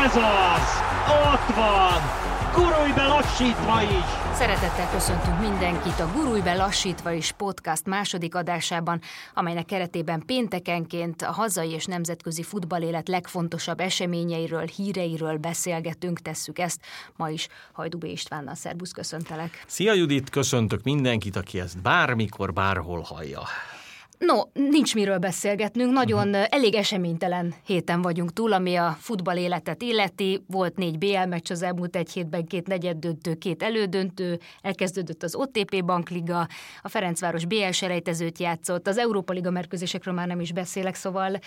Ez az! Ott van! Gurulj be lassítva is! Szeretettel köszöntünk mindenkit a Gurulj be lassítva is podcast második adásában, amelynek keretében péntekenként a hazai és nemzetközi futballélet legfontosabb eseményeiről, híreiről beszélgetünk, tesszük ezt. Ma is Hajdú B. Istvánnal. Szerbusz, köszöntelek. Szia Judit, köszöntök mindenkit, aki ezt bármikor, bárhol hallja. No, nincs miről beszélgetnünk, nagyon elég eseménytelen héten vagyunk túl, ami a futballéletet illeti. Volt 4 BL meccs az elmúlt egy hétben, 2 negyeddöntő, 2 elődöntő, elkezdődött az OTP Bankliga, a Ferencváros BL selejtezőt játszott, az Európa Liga mérkőzésekről már nem is beszélek, szóval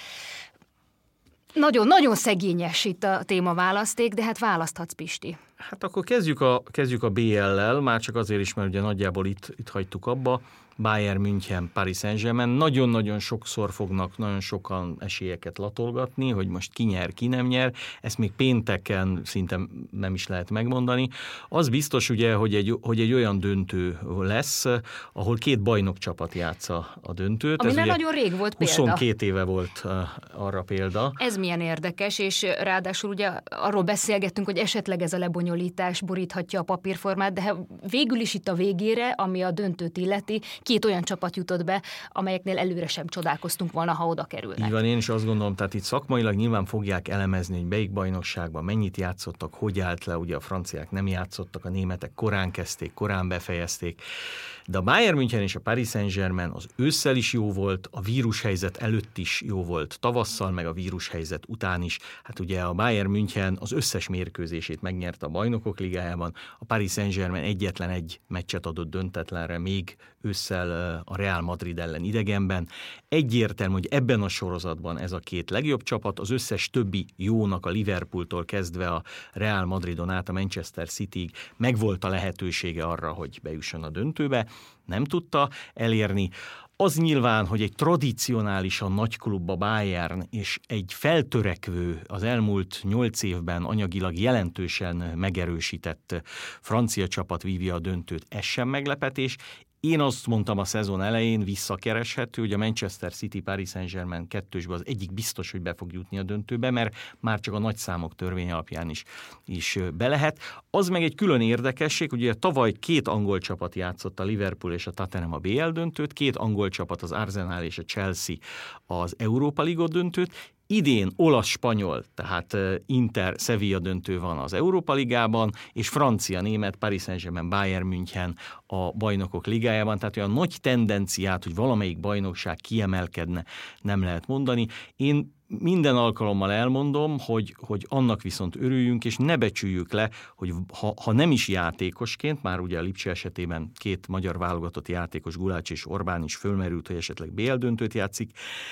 nagyon szegényes itt a témaválaszték, de hát választhatsz, Pisti. Hát akkor kezdjük a BL-lel, már csak azért is, mert ugye nagyjából itt hagytuk abba. Bayern München, Paris Saint-Germain. Nagyon-nagyon sokszor fognak nagyon sokan esélyeket latolgatni, hogy most ki nyer, ki nem nyer. Ezt még pénteken szinte nem is lehet megmondani. Az biztos ugye, hogy egy olyan döntő lesz, ahol 2 bajnokcsapat játsza a döntőt. Ami nagyon rég volt 22 éve volt arra példa. Ez milyen érdekes, és ráadásul ugye arról beszélgettünk, hogy esetleg ez a lebonyolítás boríthatja a papírformát, de végül is itt a végére, ami a döntőt illeti, 2 olyan csapat jutott be, amelyeknél előre sem csodálkoztunk volna, ha oda kerülnek. Így van, én is azt gondolom, tehát itt szakmailag nyilván fogják elemezni, hogy melyik bajnokságban mennyit játszottak, hogy állt le, ugye a franciák nem játszottak, a németek korán kezdték, korán befejezték, de a Bayern München és a Paris Saint-Germain az ősszel is jó volt, a vírushelyzet előtt is jó volt, tavasszal, meg a vírushelyzet után is. Hát ugye a Bayern München az összes mérkőzését megnyerte a Bajnokok Ligájában, a Paris Saint-Germain egyetlen egy meccset adott döntetlenre még ősszel a Real Madrid ellen idegenben. Egyértelmű, hogy ebben a sorozatban ez a 2 legjobb csapat, az összes többi jónak a Liverpooltól kezdve a Real Madridon át a Manchester Cityig megvolt a lehetősége arra, hogy bejusson a döntőbe, nem tudta elérni. Az nyilván, hogy egy tradicionálisan nagy klub a Bayern és egy feltörekvő, az elmúlt 8 évben anyagilag jelentősen megerősített francia csapat vívja a döntőt, ez sem meglepetés. Én azt mondtam a szezon elején, visszakereshető, hogy a Manchester City Paris Saint-Germain 2-sben az egyik biztos, hogy be fog jutni a döntőbe, mert már csak a nagy számok törvény alapján is be lehet. Az meg egy külön érdekesség, ugye tavaly 2 angol csapat játszott, a Liverpool és a Tottenham a BL döntőt, 2 angol csapat, az Arsenal és a Chelsea az Európa Liga döntőt. Idén olasz-spanyol, tehát Inter-Sevilla döntő van az Európa Ligában, és francia-német Paris Saint-Germain Bayern München a Bajnokok Ligájában, tehát olyan nagy tendenciát, hogy valamelyik bajnokság kiemelkedne, nem lehet mondani. Én minden alkalommal elmondom, hogy annak viszont örüljünk, és ne becsüljük le, hogy ha nem is játékosként, már ugye a Lipcse esetében 2 magyar válogatott játékos, Gulács és Orbán is fölmerült, hogy esetleg BL döntőt játszik,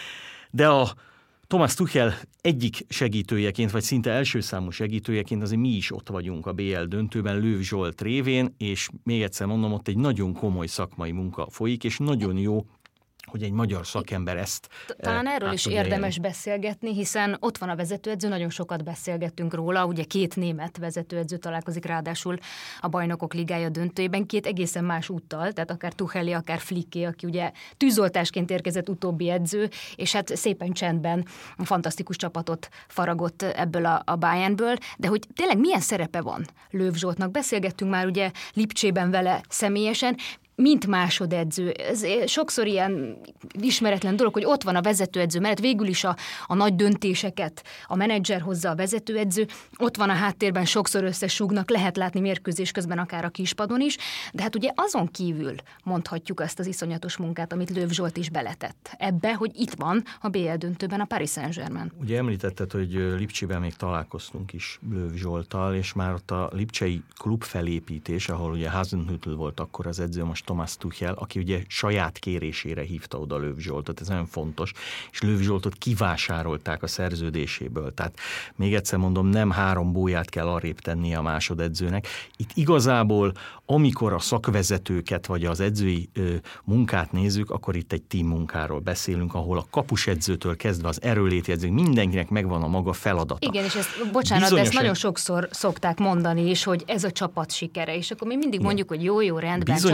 de a Thomas Tuchel egyik segítőjeként, vagy szinte első számú segítőjeként azért mi is ott vagyunk a BL döntőben Löw Zsolt révén, és még egyszer mondom, ott egy nagyon komoly szakmai munka folyik, és nagyon jó, hogy egy magyar szakember ezt talán erről is érdemes beszélgetni, hiszen ott van a vezetőedző, nagyon sokat beszélgettünk róla, ugye 2 német vezetőedző találkozik ráadásul a Bajnokok Ligája döntőjében, 2 egészen más úttal, tehát akár Tucheli, akár Flické, aki ugye tűzoltásként érkezett utóbbi edző, és hát szépen csendben fantasztikus csapatot faragott ebből a Bayernből, de hogy tényleg milyen szerepe van Löw Zsoltnak? Beszélgettünk már ugye Lipcsében vele személyesen, mint másodedző. Ez sokszor ilyen ismeretlen dolog, hogy ott van a vezetőedző mellett, végül is a nagy döntéseket a menedzser hozza a vezetőedző, ott van a háttérben, sokszor összesúgnak, lehet látni mérkőzés közben akár a kispadon is, de hát ugye azon kívül mondhatjuk ezt az iszonyatos munkát, amit Löw Zsolt is beletett ebbe, hogy itt van a BL döntőben a Paris Saint-Germain. Ugye említetted, hogy Lipcsében még találkoztunk is Löw Zsolttal, és már ott a lipcsei klub felépítés, ahol ugye Hasenhüttl volt akkor az edző, most Thomas Tuchel, aki ugye saját kérésére hívta oda Löw Zsoltot, ez nagyon fontos, és Löw Zsoltot kivásárolták a szerződéséből. Tehát még egyszer mondom, nem 3 bóját kell arrébb tennie a másodedzőnek. Itt igazából, amikor a szakvezetőket vagy az edzői munkát nézzük, akkor itt egy team munkáról beszélünk, ahol a kapusedzőtől kezdve az erőléti edzők, mindenkinek megvan a maga feladata. Igen, és ezt, bocsánat, de ezt nagyon sokszor szokták mondani is, hogy ez a csapat sikere, és akkor mi mindig mondjuk, hogy jó, rendben, bizonyos csapat sikere.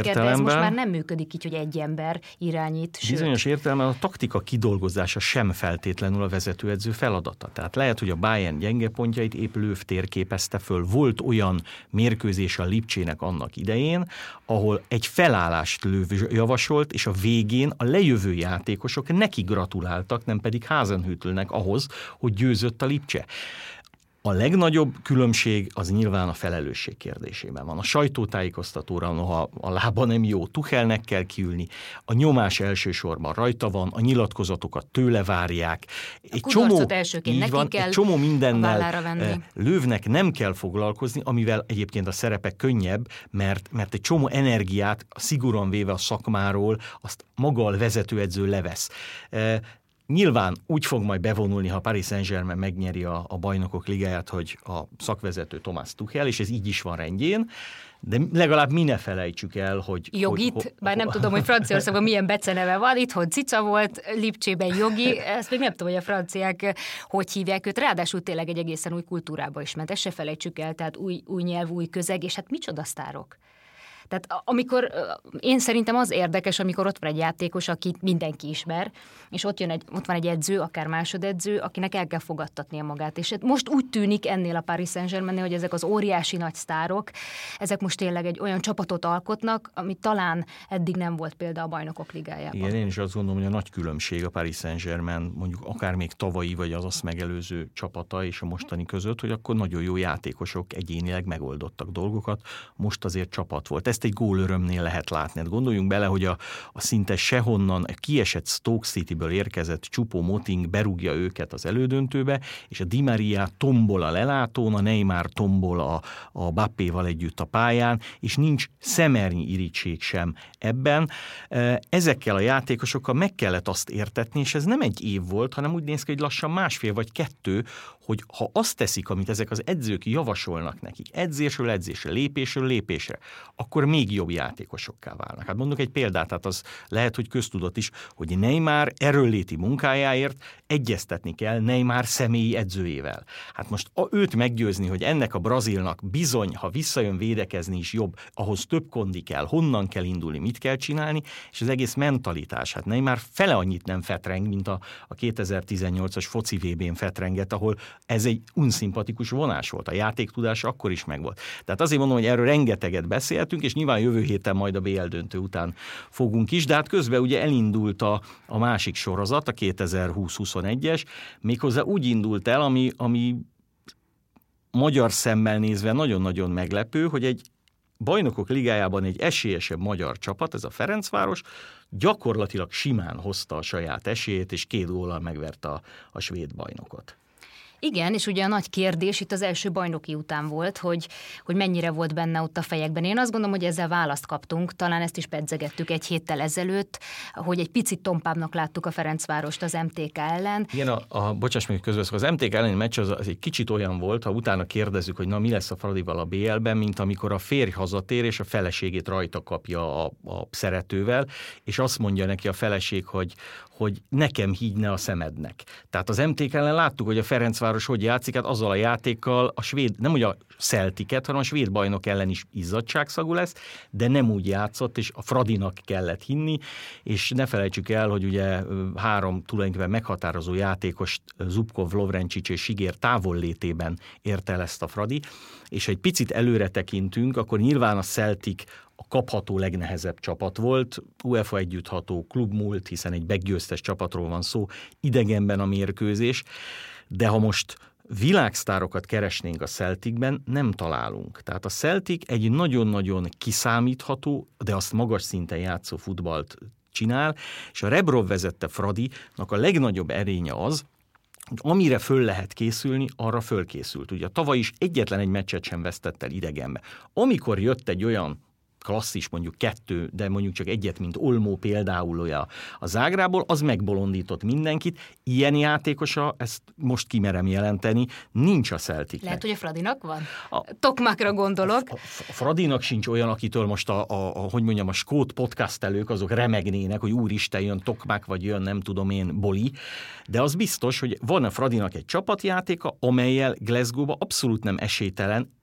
értelemben... ez most már nem működik így, hogy egy ember irányít. Bizonyos értelemben a taktika kidolgozása sem feltétlenül a vezetőedző feladata. Tehát lehet, hogy a Bayern gyenge pontjait épp Löw térképezte föl. Volt olyan mérkőzés a Lipcsének annak idején, ahol egy felállást Löw javasolt, és a végén a lejövő játékosok neki gratuláltak, nem pedig Hasenhüttlnek ahhoz, hogy győzött a Lipcse. A legnagyobb különbség az nyilván a felelősség kérdésében van. A sajtótájékoztatóra, noha a lába nem jó, Tuchelnek kell kiülni, a nyomás elsősorban rajta van, a nyilatkozatokat tőle várják. Egy csomó mindennel Löwnek nem kell foglalkozni, amivel egyébként a szerepe könnyebb, mert egy csomó energiát szigorúan véve a szakmáról azt maga a vezetőedző levesz. Nyilván úgy fog majd bevonulni, ha Paris Saint-Germain megnyeri a bajnokok ligáját, hogy a szakvezető Thomas Tuchel, és ez így is van rendjén, de legalább mi ne felejtsük el, hogy... Jogit, bár nem tudom, hogy Franciaországban milyen beceneve van, itthon Cica volt, Lipcsében Jogi, ezt még nem tudom, hogy a franciák hogy hívják őt, ráadásul tényleg egy egészen új kultúrába is ment, ezt se felejtsük el, tehát új nyelv, új közeg, és hát micsoda sztárok. Tehát amikor, én szerintem az érdekes, amikor ott van egy játékos, akit mindenki ismer, és ott van egy edző, akár másodedző, akinek el kell fogadtatnia magát. És most úgy tűnik ennél a Paris Saint-Germainnél, hogy ezek az óriási nagy sztárok, ezek most tényleg egy olyan csapatot alkotnak, ami talán eddig nem volt példa a Bajnokok Ligájában. Igen, én is azt gondolom, hogy a nagy különbség a Paris Saint-Germain, mondjuk akár még tavalyi, vagy az azt megelőző csapata és a mostani között, hogy akkor nagyon jó játékosok egyénileg megoldottak dolgokat, most azért csapat volt. Ezt egy gólörömnél lehet látni. Hát gondoljunk bele, hogy a szinte sehonnan kiesett Stoke Cityből érkezett Choupo-Moting berúgja őket az elődöntőbe, és a Di Maria tombol a lelátón, a Neymar tombol a Mbappéval együtt a pályán, és nincs szemernyi irigység sem ebben. Ezekkel a játékosokkal meg kellett azt értetni, és ez nem egy év volt, hanem úgy néz ki, hogy lassan másfél vagy 2, hogy ha azt teszik, amit ezek az edzők javasolnak nekik, edzésről edzésre, lépésről lépésre, akkor még jobb játékosokká válnak. Hát mondok egy példát, hát az lehet, hogy köztudott is, hogy Neymar erőnléti munkájáért egyeztetni kell Neymar személyi edzőjével. Hát most őt meggyőzni, hogy ennek a brazilnak bizony, ha visszajön védekezni is jobb, ahhoz több kondi kell, honnan kell indulni, mit kell csinálni, és az egész mentalitás. Hát Neymar fele annyit nem fetreng, mint a 2018-as foci VB-n fetrengett, ahol ez egy unszimpatikus vonás volt. A játéktudás akkor is megvolt. Tehát azért mondom, hogy erről rengeteget beszéltünk, és nyilván jövő héten majd a BL döntő után fogunk is, de hát közben ugye elindult a másik sorozat, a 2020-21-es, méghozzá úgy indult el, ami magyar szemmel nézve nagyon-nagyon meglepő, hogy egy Bajnokok Ligájában egy esélyesebb magyar csapat, ez a Ferencváros, gyakorlatilag simán hozta a saját esélyét, és 2 góllal megverte a svéd bajnokot. Igen, és ugye a nagy kérdés itt az első bajnoki után volt, hogy mennyire volt benne ott a fejekben. Én azt gondolom, hogy ezzel választ kaptunk, talán ezt is pedzegettük egy héttel ezelőtt, hogy egy picit tompábbnak láttuk a Ferencvárost az MTK ellen. Igen, bocsáss meg közbeszok, az MTK elleni meccs az egy kicsit olyan volt, ha utána kérdezzük, hogy na mi lesz a Fradival a BL-ben, mint amikor a férj hazatér, és a feleségét rajta kapja a szeretővel, és azt mondja neki a feleség, hogy nekem higgy a szemednek. Tehát az MTK ellen láttuk, hogy a Ferencváros hogy játszik, hát azzal a játékkal a svéd, nem ugye a Celticet, hanem a svéd bajnok ellen is izzadságszagú lesz, de nem úgy játszott, és a Fradinak kellett hinni, és ne felejtsük el, hogy ugye 3 tulajdonképpen meghatározó játékos, Zubkov, Lovrencsics és Sigér távollétében ért el ezt a Fradi, és ha egy picit előre tekintünk, akkor nyilván a Celtic a kapható legnehezebb csapat volt, UEFA együttható klubmúlt, hiszen egy meggyőztes csapatról van szó, idegenben a mérkőzés, de ha most világsztárokat keresnénk a Celticben, nem találunk. Tehát a Celtic egy nagyon-nagyon kiszámítható, de azt magas szinten játszó futballt csinál, és a Rebrov vezette Fradinak a legnagyobb erénye az, hogy amire föl lehet készülni, arra fölkészült. Ugye tavaly is egyetlen egy meccset sem vesztett el idegenbe. Amikor jött egy olyan klasszis, mondjuk 2, de mondjuk csak egyet, mint Olmó például a Zágrából, az megbolondított mindenkit. Ilyen játékosa, ezt most kimerem jelenteni, nincs a Celticnek. Lehet, hogy a Fradinak van? Tokmakra gondolok. A Fradinak sincs olyan, akitől most hogy mondjam, a skót podcastelők azok remegnének, hogy úristen, jön Tokmak, vagy jön nem tudom én Boli, de az biztos, hogy van a Fradinak egy csapatjátéka, amellyel Glasgow-ba abszolút nem esélytelen,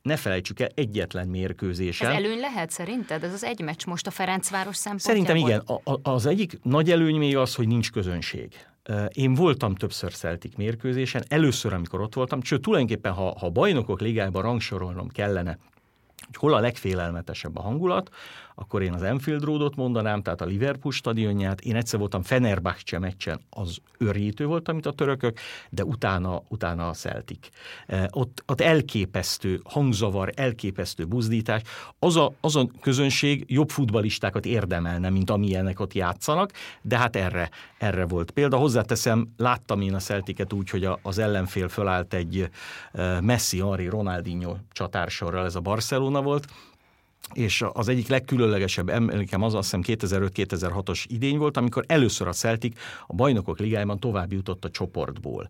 ne felejtsük el, egyetlen mérkőzésen. Ez előny lehet szerinted? Ez az egy meccs most a Ferencváros szempontjából? Szerintem igen. Az egyik nagy előny még az, hogy nincs közönség. Én voltam többször Celtic mérkőzésen, először, amikor ott voltam, sőt, tulajdonképpen, ha bajnokok ligájában rangsorolnom kellene, hogy hol a legfélelmetesebb a hangulat, akkor én az Anfield Roadot mondanám, tehát a Liverpool stadionját. Én egyszer voltam Fenerbahce meccsen, az őrjítő volt, amit a törökök, de utána a Celtic. Ott elképesztő hangzavar, elképesztő buzdítás. Az a közönség jobb futballistákat érdemelne, mint amilyenek ott játszanak, de hát erre volt példa. Hozzáteszem, láttam én a Celticet úgy, hogy az ellenfél fölállt egy Messi, Henry, Ronaldinho csatársorral, ez a Barcelona volt, és az egyik legkülönlegesebb emlékem az, azt hiszem 2005-2006-os idény volt, amikor először a Celtic a Bajnokok Ligájában tovább jutott a csoportból.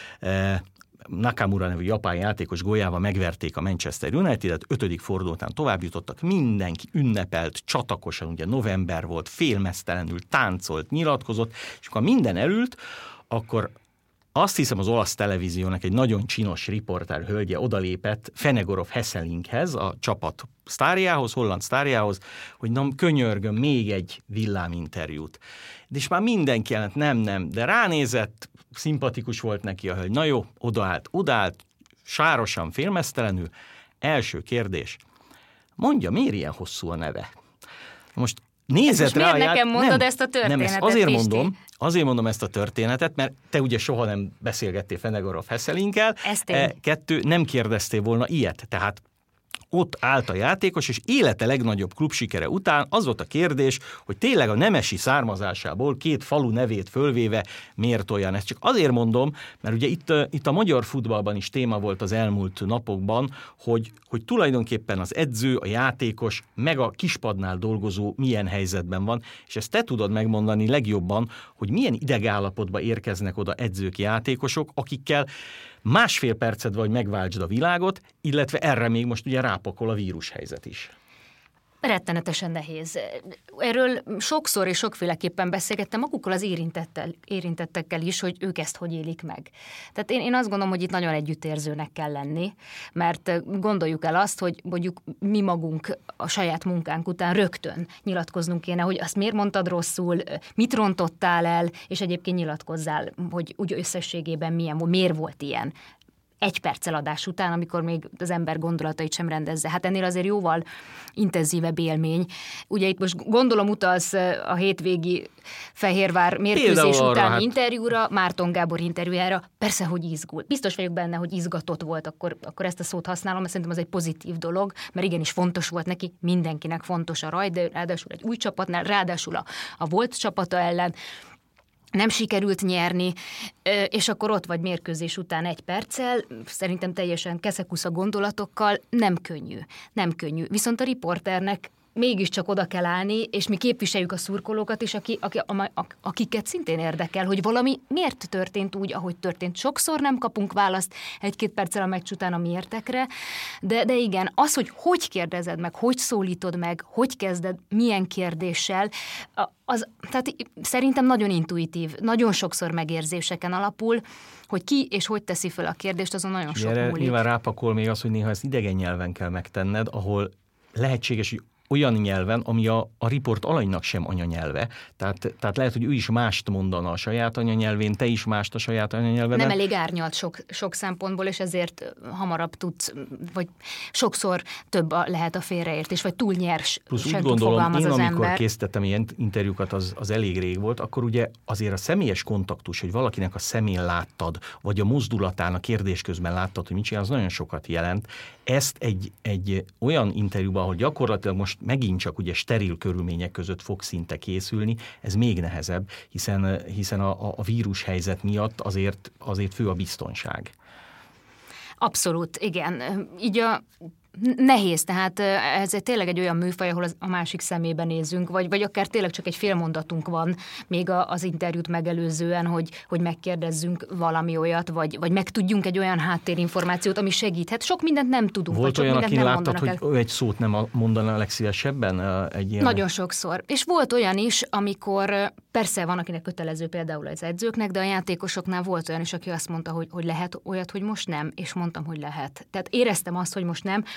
Nakamura nevű japán játékos góljával megverték a Manchester United-et, 5. forduló után tovább jutottak, mindenki ünnepelt, csatakosan, ugye november volt, félmeztelenül táncolt, nyilatkozott, és amikor minden elült, akkor azt hiszem, az olasz televíziónak egy nagyon csinos riporter hölgye odalépett Fenegorov Hesselinkhez, a csapat sztárjához, holland sztárjához, hogy könyörgöm, még egy villáminterjút. És már mindenki jelent, nem, de ránézett, szimpatikus volt neki a hölgy. Na jó, odaállt, sárosan, félmeztelenül. Első kérdés, mondja, miért ilyen hosszú a neve? Most nézed rá, miért nekem mondod ezt a történetet? Nem, azért mondom ezt a történetet, mert te ugye soha nem beszélgettél Fenegorov Hesselinkkel. Kettő, nem kérdeztél volna ilyet. Tehát ott állt a játékos, és élete legnagyobb klubsikere után az volt a kérdés, hogy tényleg a nemesi származásából 2 falu nevét fölvéve miért olyan. Ezt csak azért mondom, mert ugye itt a magyar futballban is téma volt az elmúlt napokban, hogy tulajdonképpen az edző, a játékos, meg a kispadnál dolgozó milyen helyzetben van, és ezt te tudod megmondani legjobban, hogy milyen idegállapotba érkeznek oda edzők, játékosok, akikkel másfél perced vagy megváltsd a világot, illetve erre még most ugye rápakol a vírushelyzet is. Rettenetesen nehéz. Erről sokszor és sokféleképpen beszélgettem magukkal az érintettekkel is, hogy ők ezt hogy élik meg. Tehát én azt gondolom, hogy itt nagyon együttérzőnek kell lenni, mert gondoljuk el azt, hogy mondjuk mi magunk a saját munkánk után rögtön nyilatkoznunk kéne, hogy azt miért mondtad rosszul, mit rontottál el, és egyébként nyilatkozzál, hogy úgy összességében miért volt ilyen. 1 perccel adás után, amikor még az ember gondolatait sem rendezze. Hát ennél azért jóval intenzívebb élmény. Ugye itt most gondolom utalsz a hétvégi Fehérvár mérkőzés utáni interjúra, Márton Gábor interjújára. Persze, hogy izgul. Biztos vagyok benne, hogy izgatott volt, akkor ezt a szót használom, mert szerintem az egy pozitív dolog, mert igenis fontos volt neki, mindenkinek fontos a rajt, de ráadásul egy új csapatnál, ráadásul a volt csapata ellen nem sikerült nyerni, és akkor ott vagy mérkőzés után 1 perccel, szerintem teljesen keszekusza gondolatokkal, nem könnyű. Viszont a riporternek mégiscsak oda kell állni, és mi képviseljük a szurkolókat is, akiket szintén érdekel, hogy valami miért történt úgy, ahogy történt. Sokszor nem kapunk választ 1-2 perccel a meccs után a miértekre, de igen, az, hogy kérdezed meg, hogy szólítod meg, hogy kezded, milyen kérdéssel, tehát szerintem nagyon intuitív, nagyon sokszor megérzéseken alapul, hogy ki és hogy teszi fel a kérdést, azon nagyon sok múlik. Nyilván rápakol még az, hogy néha ezt idegen nyelven kell megtenned, ahol lehetséges, hogy olyan nyelven, ami a riport alanynak sem anyanyelve. Tehát lehet, hogy ő is mást mondana a saját anyanyelvén, te is mást a saját anyanyelveden. Nem elég árnyalt sok szempontból, és ezért hamarabb tudsz, vagy sokszor több lehet a félreértés, vagy túl nyers. Plusz úgy gondolom, én amikor készítettem ilyen interjúkat, az elég rég volt, akkor ugye azért a személyes kontaktus, hogy valakinek a szemén láttad, vagy a mozdulatán, a kérdés közben láttad, hogy mit csinál, az nagyon sokat jelent. Ezt egy olyan interjúban, ahol gyakorlatilag most megint csak ugye steril körülmények között fog szinte készülni, ez még nehezebb, hiszen a vírushelyzet miatt azért fő a biztonság. Abszolút, igen. Így nehéz, tehát ez tényleg egy olyan műfaj, ahol a másik szemébe nézünk, vagy akár tényleg csak egy fél mondatunk van még az interjút megelőzően, hogy megkérdezzünk valami olyat, vagy megtudjunk egy olyan háttérinformációt, ami segíthet. Sok mindent nem tudunk. Volt olyan, akin láttad, hogy ő egy szót nem mondaná legszívesebben? Egy ilyen... Nagyon sokszor. És volt olyan is, amikor persze van, akinek kötelező például az edzőknek, de a játékosoknál volt olyan is, aki azt mondta, hogy lehet olyat, hogy most nem, és mondtam, hogy lehet. Tehát éreztem azt, hogy most nem.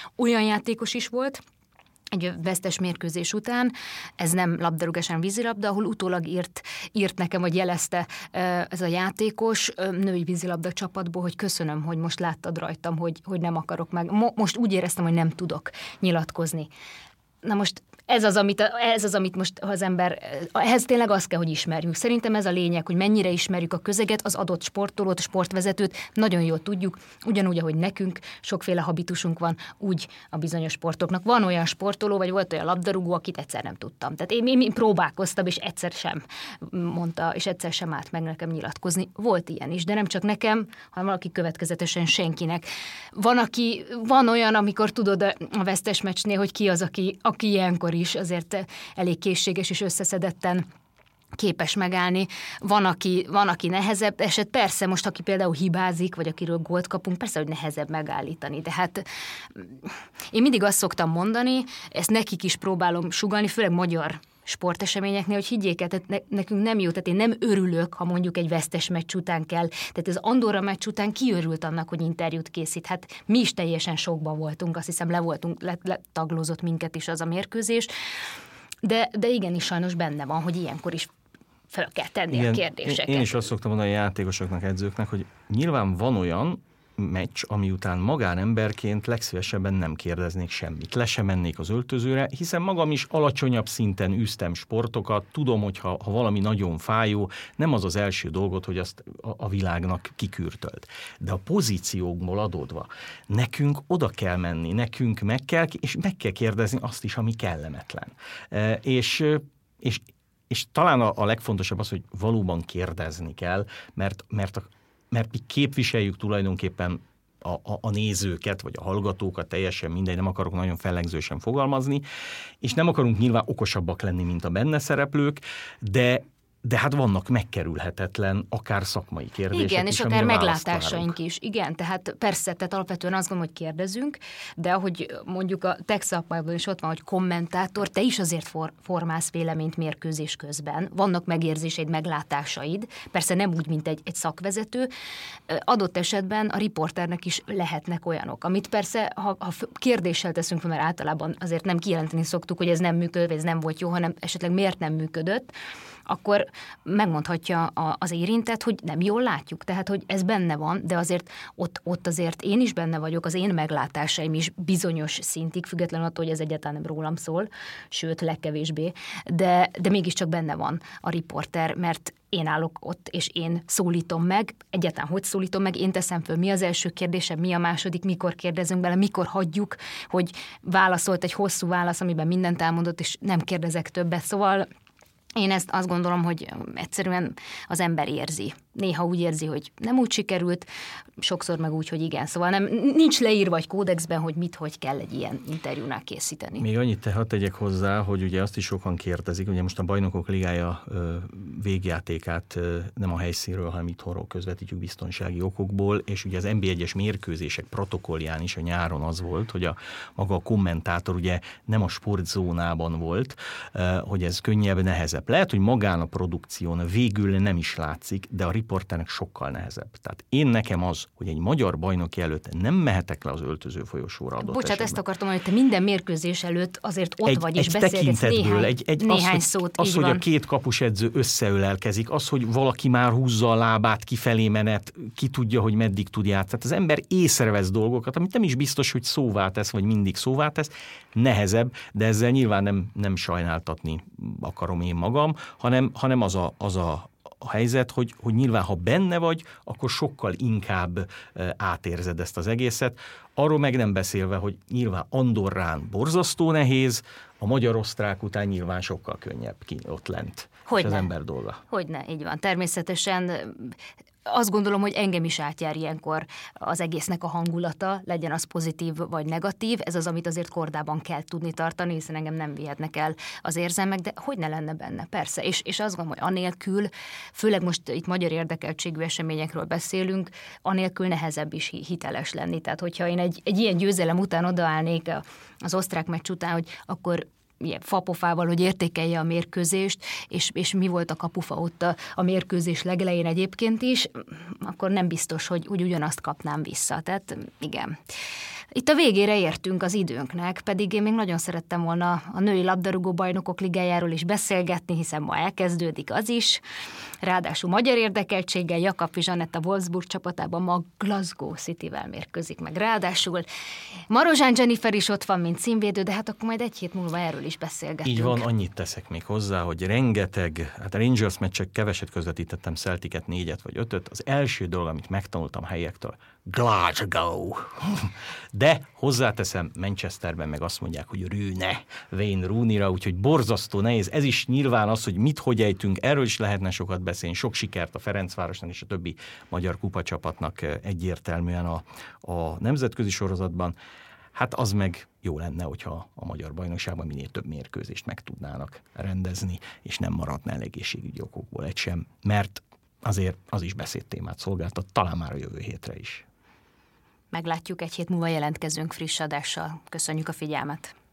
Olyan játékos is volt, egy vesztes mérkőzés után, ez nem labdarúgás, hanem vízilabda, ahol utólag írt nekem, vagy jelezte ez a játékos női vízilabda csapatból, hogy köszönöm, hogy most láttad rajtam, hogy nem akarok meg. Most úgy éreztem, hogy nem tudok nyilatkozni. Na most ez az, amit most az ember, ehhez tényleg azt kell, hogy ismerjük. Szerintem ez a lényeg, hogy mennyire ismerjük a közeget, az adott sportolót, a sportvezetőt, nagyon jól tudjuk, ugyanúgy, ahogy nekünk sokféle habitusunk van, úgy a bizonyos sportoknak. Van olyan sportoló, vagy volt olyan labdarúgó, akit egyszer nem tudtam. Tehát én próbálkoztam, és egyszer sem mondta, és egyszer sem állt meg nekem nyilatkozni. Volt ilyen is, de nem csak nekem, hanem valaki következetesen senkinek. Van olyan, amikor tudod a vesztes meccsnél, hogy ki az, aki ilyenkor is azért elég készséges és összeszedetten képes megállni. Van, aki nehezebb eset, persze most, aki például hibázik, vagy akiről gólt kapunk, persze, hogy nehezebb megállítani. De hát én mindig azt szoktam mondani, ezt nekik is próbálom sugallni, főleg magyar sporteseményeknél, hogy higgyék el, tehát nekünk nem jó, tehát én nem örülök, ha mondjuk egy vesztes meccs után kell, tehát az Andorra meccs után ki örült annak, hogy interjút készít. Hát mi is teljesen sokban voltunk, azt hiszem letaglózott minket is az a mérkőzés, de igenis sajnos benne van, hogy ilyenkor is fel kell tenni a kérdéseket. Én is azt szoktam mondani a játékosoknak, edzőknek, hogy nyilván van olyan meccs, ami után magánemberként legszívesebben nem kérdeznék semmit. Le sem mennék az öltözőre, hiszen magam is alacsonyabb szinten üztem sportokat, tudom, hogy ha valami nagyon fájó, nem az az első dolgot, hogy azt a világnak kikürtölt. De a pozíciókból adódva nekünk oda kell menni, nekünk meg kell kérdezni azt is, ami kellemetlen. És talán a legfontosabb az, hogy valóban kérdezni kell, mert mi képviseljük tulajdonképpen a nézőket, vagy a hallgatókat, teljesen mindegy, nem akarok nagyon fellegzősen fogalmazni, és nem akarunk nyilván okosabbak lenni, mint a benne szereplők, de hát vannak megkerülhetetlen, akár szakmai kérdések. Igen, és akár meglátásaink is. Igen, tehát persze, tehát alapvetően azt gondolom, hogy kérdezünk, de ahogy mondjuk a tech szakmában is ott van, hogy kommentátor, te is azért formálsz véleményt mérkőzés közben. Vannak megérzéseid, meglátásaid, persze nem úgy, mint egy szakvezető. Adott esetben a riporternek is lehetnek olyanok, amit persze, ha kérdéssel teszünk fel, mert általában azért nem kijelenteni szoktuk, hogy ez nem működött, vagy ez nem volt jó, hanem esetleg miért nem működött, akkor megmondhatja az érintett, hogy nem jól látjuk. Tehát, hogy ez benne van, de azért ott azért én is benne vagyok, az én meglátásaim is bizonyos szintig, függetlenül attól, hogy ez egyáltalán nem rólam szól, sőt, legkevésbé, de mégiscsak benne van a riporter, mert én állok ott, és én szólítom meg, egyáltalán hogy szólítom meg, én teszem föl, mi az első kérdésem, mi a második, mikor kérdezünk bele, mikor hagyjuk, hogy válaszolt egy hosszú válasz, amiben mindent elmondott, és nem kérdezek többet, szóval én ezt azt gondolom, hogy egyszerűen az ember érzi. Néha úgy érzi, hogy nem úgy sikerült, sokszor meg úgy, hogy igen. Szóval nincs leírva egy kódexben, hogy hogy kell egy ilyen interjúnál készíteni. Még annyit hadd tegyek hozzá, hogy ugye azt is sokan kérdezik, ugye most a Bajnokok Ligája végjátékát nem a helyszínről, hanem itthonról közvetítjük biztonsági okokból, és ugye az NB1-es mérkőzések protokollján is a nyáron az volt, hogy maga a kommentátor ugye nem a sportzónában volt, hogy ez könnyebb, nehezebb. Lehet, hogy magán a produkción végül nem is látszik, de a riporternek sokkal nehezebb. Tehát nekem az, hogy egy magyar bajnoki előtt nem mehetek le az öltöző folyosóra adott Bocsát, esetben. Ezt akartam, hogy te minden mérkőzés előtt azért ott vagy, és beszélgetsz néhány szót. Az, hogy a két kapusedző összeölelkezik, az, hogy valaki már húzza a lábát kifelé menet, ki tudja, hogy meddig tud játszani. Tehát az ember észrevesz dolgokat, amit nem is biztos, hogy szóvá tesz, vagy mindig szóvá tesz, nehezebb, de ezzel nyilván nem sajnáltatni akarom én magam, hanem az a helyzet, hogy nyilván, ha benne vagy, akkor sokkal inkább átérzed ezt az egészet. Arról meg nem beszélve, hogy nyilván Andorrán borzasztó nehéz, a magyar-osztrák után nyilván sokkal könnyebb ott lent. Hogyne. És az ember dolga. Hogyne, így van. Természetesen azt gondolom, hogy engem is átjár ilyenkor az egésznek a hangulata, legyen az pozitív vagy negatív, ez az, amit azért kordában kell tudni tartani, hiszen engem nem vihetnek el az érzelmek, de hogy ne lenne benne, persze. És azt gondolom, hogy anélkül, főleg most itt magyar érdekeltségű eseményekről beszélünk, anélkül nehezebb is hiteles lenni. Tehát, hogyha én egy ilyen győzelem után odaállnék az osztrák meccs után, hogy akkor ilyen fapofával, hogy értékelje a mérkőzést, és mi volt a kapufa ott a mérkőzés legelején egyébként is, akkor nem biztos, hogy ugyanazt kapnám vissza. Tehát igen. Itt a végére értünk az időnknek, pedig én még nagyon szerettem volna a női labdarúgó bajnokok ligájáról is beszélgetni, hiszen ma elkezdődik az is. Ráadásul magyar érdekeltséggel Jakab Zsanett a Wolfsburg csapatában ma Glasgow Cityvel mérkőzik meg. Ráadásul Marozsán Jennifer is ott van, mint címvédő, de hát akkor majd egy hét múlva erről is beszélgetünk. Így van, annyit teszek még hozzá, hogy rengeteg, hát a Rangers meccsek keveset közvetítettem, Celticet 4-et vagy 5-öt. Az első dolog, amit megtanultam helyiektől, Glasgow. De hozzáteszem, Manchesterben meg azt mondják, hogy Rüne, Wayne Rooney-ra, úgyhogy borzasztó nehéz. Ez is nyilván az, hogy mit hogy ejtünk, erről is lehetne sokat beszélni. Sok sikert a Ferencvárosnak és a többi magyar kupacsapatnak egyértelműen a nemzetközi sorozatban. Hát az meg jó lenne, hogyha a magyar bajnokságban minél több mérkőzést meg tudnának rendezni, és nem maradna el egészségügyi okokból egy sem, mert azért az is beszédtémát szolgáltat, talán már a jövő hétre is. Meglátjuk, egy hét múlva jelentkezünk friss adással. Köszönjük a figyelmet!